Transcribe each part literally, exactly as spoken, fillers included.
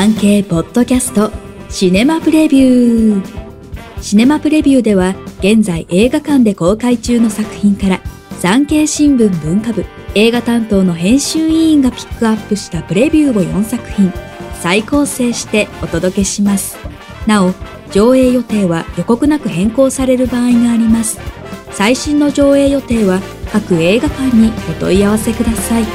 産経ポッドキャストシネマプレビュー。シネマプレビューでは現在映画館で公開中の作品から産経新聞文化部映画担当の編集委員がピックアップしたプレビューをよんさく品再構成してお届けします。なお、上映予定は予告なく変更される場合があります。最新の上映予定は各映画館にお問い合わせください。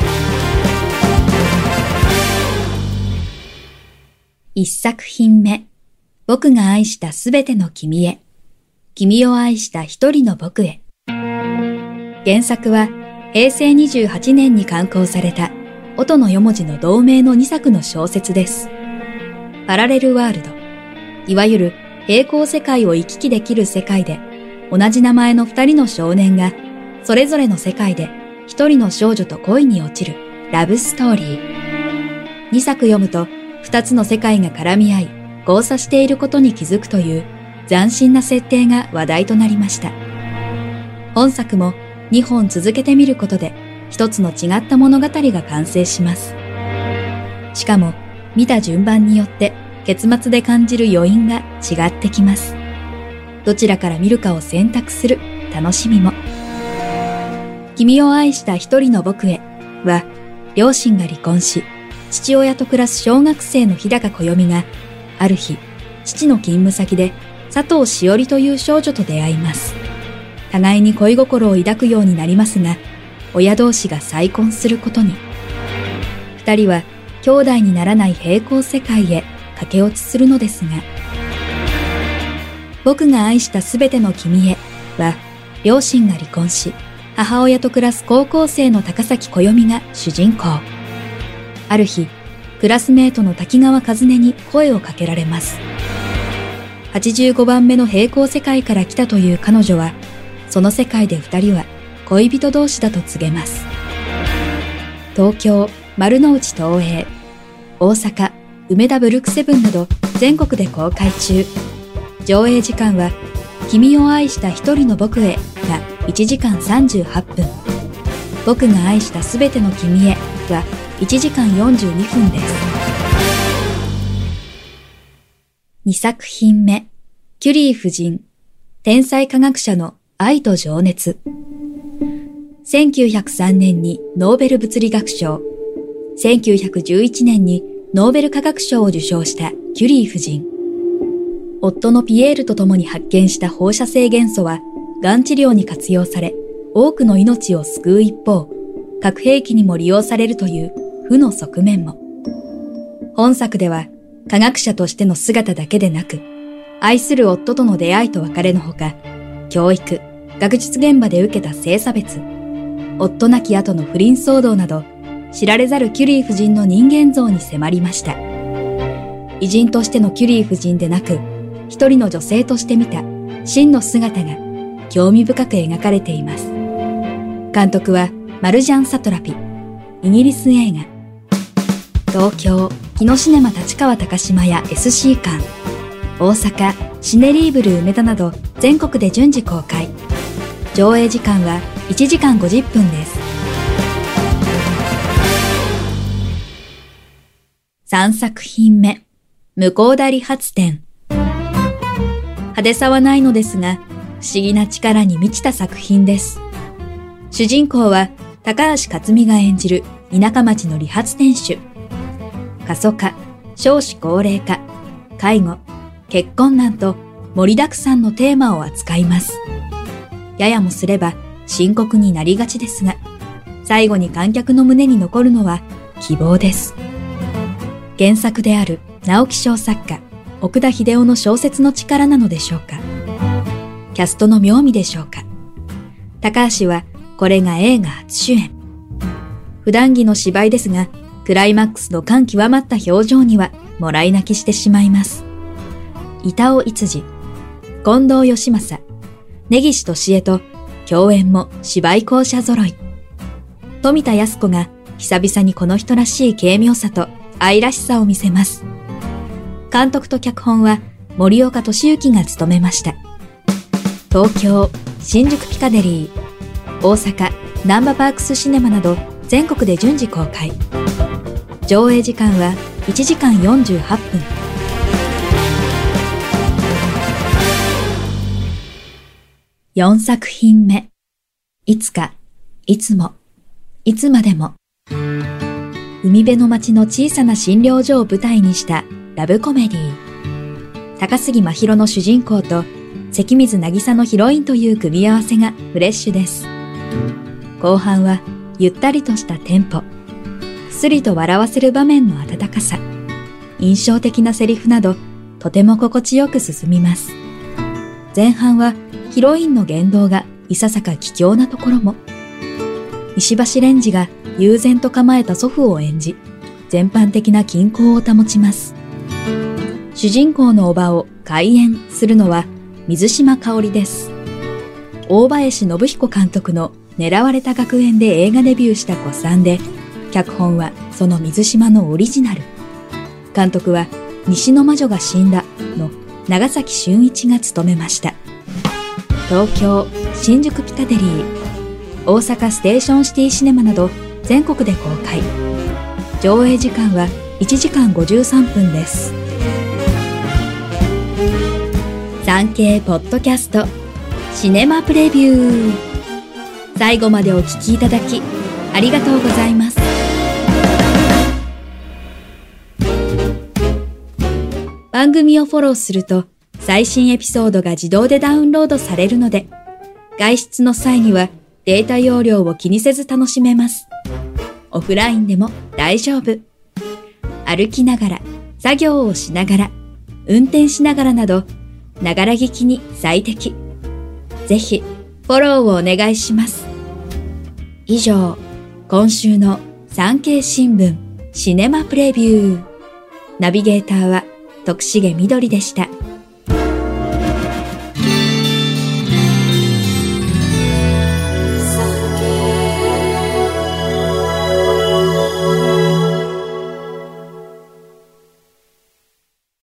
一作品目、僕が愛したすべての君へ、君を愛した一人の僕へ。原作はへいせいにじゅうはちねんに刊行された音のよ文字の同名のにさくの小説です。パラレルワールド、いわゆる平行世界を行き来できる世界で、同じ名前の二人の少年がそれぞれの世界で一人の少女と恋に落ちるラブストーリー。にさく読むと二つの世界が絡み合い交差していることに気づくという斬新な設定が話題となりました。本作もにほん続けてみることで一つの違った物語が完成します。しかも見た順番によって結末で感じる余韻が違ってきます。どちらから見るかを選択する楽しみも。君を愛した一人の僕へは、両親が離婚し父親と暮らす小学生の日高こよみがある日父の勤務先で佐藤しおりという少女と出会います。互いに恋心を抱くようになりますが、親同士が再婚することに。二人は兄弟にならない平行世界へ駆け落ちするのですが、僕が愛したすべての君へは、両親が離婚し母親と暮らす高校生の高崎こよみが主人公。ある日、クラスメートの滝川和音に声をかけられます。はちじゅうごばんめの平行世界から来たという彼女は、その世界で二人は恋人同士だと告げます。東京、丸の内東映、大阪、梅田ブルックセブンなど全国で公開中。上映時間は、君を愛した一人の僕へがいちじかんさんじゅうはっぷん。僕が愛したすべての君へはいちじかんよんじゅうにふんです。にさく品目、キュリー夫人、天才科学者の愛と情熱。せんきゅうひゃくさんねんにノーベル物理学賞、せんきゅうひゃくじゅういちねんにノーベル化学賞を受賞したキュリー夫人。夫のピエールと共に発見した放射性元素は、がん治療に活用され、多くの命を救う一方、核兵器にも利用されるという負の側面も。本作では、科学者としての姿だけでなく、愛する夫との出会いと別れのほか、教育、学術現場で受けた性差別、夫亡き後の不倫騒動など、知られざるキュリー夫人の人間像に迫りました。偉人としてのキュリー夫人でなく、一人の女性として見た真の姿が興味深く描かれています。監督はマルジャン・サトラピ。イギリス映画。東京、キノシネマ立川高島屋 エスシー 館。大阪、シネリーブル梅田など全国で順次公開。上映時間はいちじかんごじゅっぷんです。さんさく品目、向田理髪店。派手さはないのですが、不思議な力に満ちた作品です。主人公は高橋克実が演じる田舎町の理髪店主。過疎化、少子高齢化、介護、結婚難と盛りだくさんのテーマを扱います。ややもすれば深刻になりがちですが、最後に観客の胸に残るのは希望です。原作である直木賞作家、奥田秀夫の小説の力なのでしょうか。キャストの妙味でしょうか。高橋はこれが映画初主演。普段着の芝居ですが、クライマックスの感極まった表情にはもらい泣きしてしまいます。板尾逸司、近藤義正、根岸俊恵と共演も芝居巧者揃い。富田靖子が久々にこの人らしい軽妙さと愛らしさを見せます。監督と脚本は森岡俊之が務めました。東京、新宿ピカデリー、大阪、ナンバーパークスシネマなど全国で順次公開。 上映時間はいちじかんよんじゅうはっぷん。よんさく品目。いつか、いつも、いつまでも。海辺の町の小さな診療所を舞台にしたラブコメディー。高杉真宙の主人公と関水渚のヒロインという組み合わせがフレッシュです。後半はゆったりとしたテンポ。くすりと笑わせる場面の温かさ。印象的なセリフなどとても心地よく進みます。前半はヒロインの言動がいささか卑怯なところも。石橋蓮司が悠然と構えた祖父を演じ、全般的な均衡を保ちます。主人公の叔母を怪演するのは水島かおりです。大林信彦監督の狙われた学園で映画デビューした古参で、脚本はその水島のオリジナル。監督は西の魔女が死んだの長崎俊一が務めました。東京、新宿ピカデリー、大阪ステーションシティシネマなど全国で公開。上映時間はいちじかんごじゅうさんぷんです。産経ポッドキャストシネマプレビュー。最後までお聞きいただきありがとうございます。番組をフォローすると最新エピソードが自動でダウンロードされるので、外出の際にはデータ容量を気にせず楽しめます。オフラインでも大丈夫。歩きながら、作業をしながら、運転しながらなど、ながら聞きに最適。ぜひフォローをお願いします。以上、今週の産経新聞シネマプレビュー。ナビゲーターは徳重みどりでした。